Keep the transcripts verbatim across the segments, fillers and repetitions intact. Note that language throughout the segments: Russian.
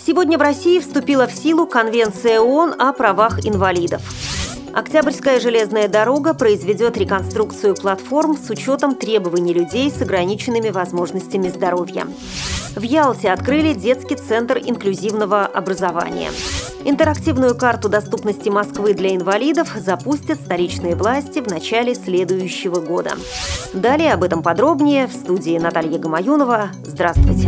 Сегодня в России вступила в силу Конвенция ООН о правах инвалидов. Октябрьская железная дорога произведет реконструкцию платформ с учетом требований людей с ограниченными возможностями здоровья. В Ялте открыли детский центр инклюзивного образования. Интерактивную карту доступности Москвы для инвалидов запустят столичные власти в начале следующего года. Далее об этом подробнее в студии Наталья Гамаюнова. Здравствуйте!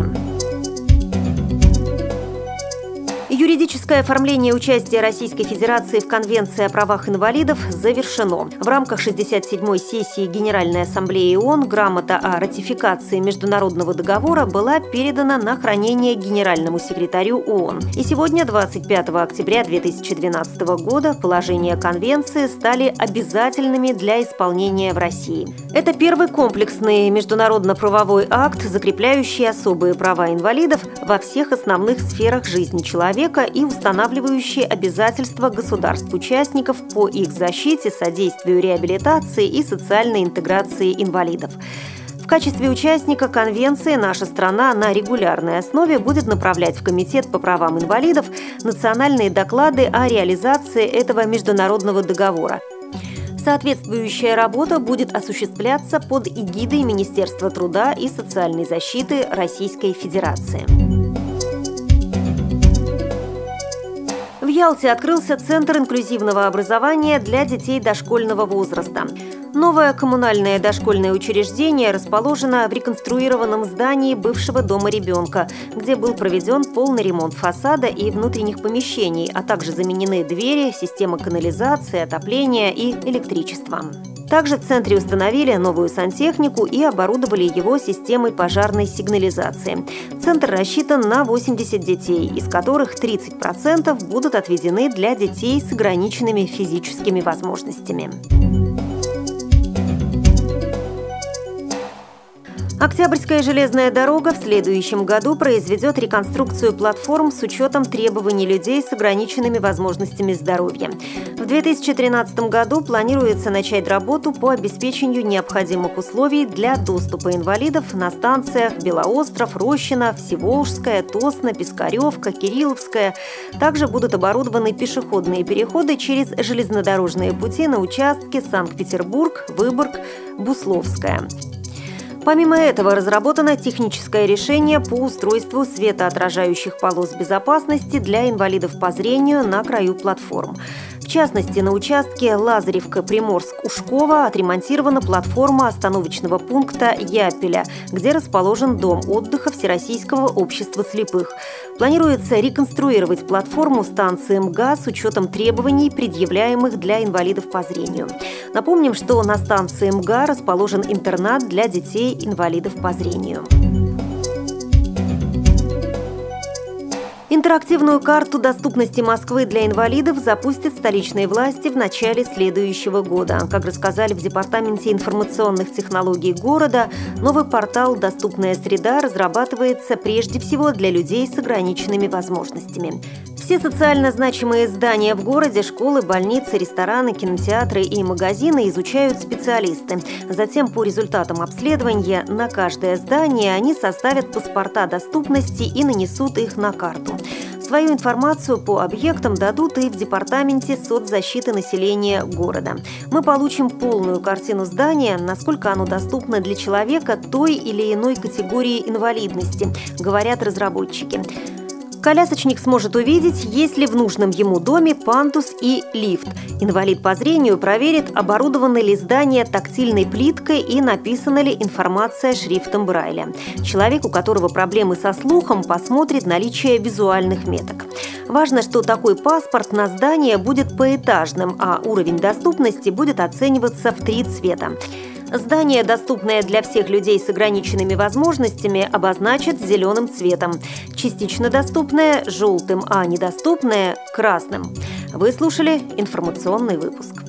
Юридическое оформление участия Российской Федерации в Конвенции о правах инвалидов завершено. В рамках шестьдесят седьмой сессии Генеральной Ассамблеи ООН грамота о ратификации международного договора была передана на хранение Генеральному секретарю ООН. И сегодня, двадцать пятого октября две тысячи двенадцатого года, положения Конвенции стали обязательными для исполнения в России. Это первый комплексный международно-правовой акт, закрепляющий особые права инвалидов во всех основных сферах жизни человека и устанавливающие обязательства государств-участников по их защите, содействию реабилитации и социальной интеграции инвалидов. В качестве участника Конвенции наша страна на регулярной основе будет направлять в Комитет по правам инвалидов национальные доклады о реализации этого международного договора. Соответствующая работа будет осуществляться под эгидой Министерства труда и социальной защиты Российской Федерации. В Ялте открылся Центр инклюзивного образования для детей дошкольного возраста. Новое коммунальное дошкольное учреждение расположено в реконструированном здании бывшего дома ребенка, где был проведен полный ремонт фасада и внутренних помещений, а также заменены двери, система канализации, отопления и электричества. Также в центре установили новую сантехнику и оборудовали его системой пожарной сигнализации. Центр рассчитан на восемьдесят детей, из которых тридцать процентов будут отведены для детей с ограниченными физическими возможностями. Октябрьская железная дорога в следующем году произведет реконструкцию платформ с учетом требований людей с ограниченными возможностями здоровья. В две тысячи тринадцатом году планируется начать работу по обеспечению необходимых условий для доступа инвалидов на станциях Белоостров, Рощино, Всеволжская, Тосно, Пискаревка, Кирилловская. Также будут оборудованы пешеходные переходы через железнодорожные пути на участке Санкт-Петербург, Выборг, Бусловская. Помимо этого, разработано техническое решение по устройству светоотражающих полос безопасности для инвалидов по зрению на краю платформ. В частности, на участке Лазаревка-Приморск-Ушково отремонтирована платформа остановочного пункта Япеля, где расположен дом отдыха Всероссийского общества слепых. Планируется реконструировать платформу станции МГА с учетом требований, предъявляемых для инвалидов по зрению. Напомним, что на станции МГА расположен интернат для детей-инвалидов по зрению. Интерактивную карту доступности Москвы для инвалидов запустят столичные власти в начале следующего года. Как рассказали в Департаменте информационных технологий города, новый портал «Доступная среда» разрабатывается прежде всего для людей с ограниченными возможностями. Все социально значимые здания в городе, школы, больницы, рестораны, кинотеатры и магазины изучают специалисты. Затем по результатам обследования на каждое здание они составят паспорта доступности и нанесут их на карту. Свою информацию по объектам дадут и в Департаменте соцзащиты населения города. Мы получим полную картину здания, насколько оно доступно для человека той или иной категории инвалидности, говорят разработчики. Колясочник сможет увидеть, есть ли в нужном ему доме пандус и лифт. Инвалид по зрению проверит, оборудованы ли здания тактильной плиткой и написана ли информация шрифтом Брайля. Человек, у которого проблемы со слухом, посмотрит наличие визуальных меток. Важно, что такой паспорт на здание будет поэтажным, а уровень доступности будет оцениваться в три цвета. Здание, доступное для всех людей с ограниченными возможностями, обозначат зеленым цветом. Частично доступное – желтым, а недоступное – красным. Вы слушали информационный выпуск.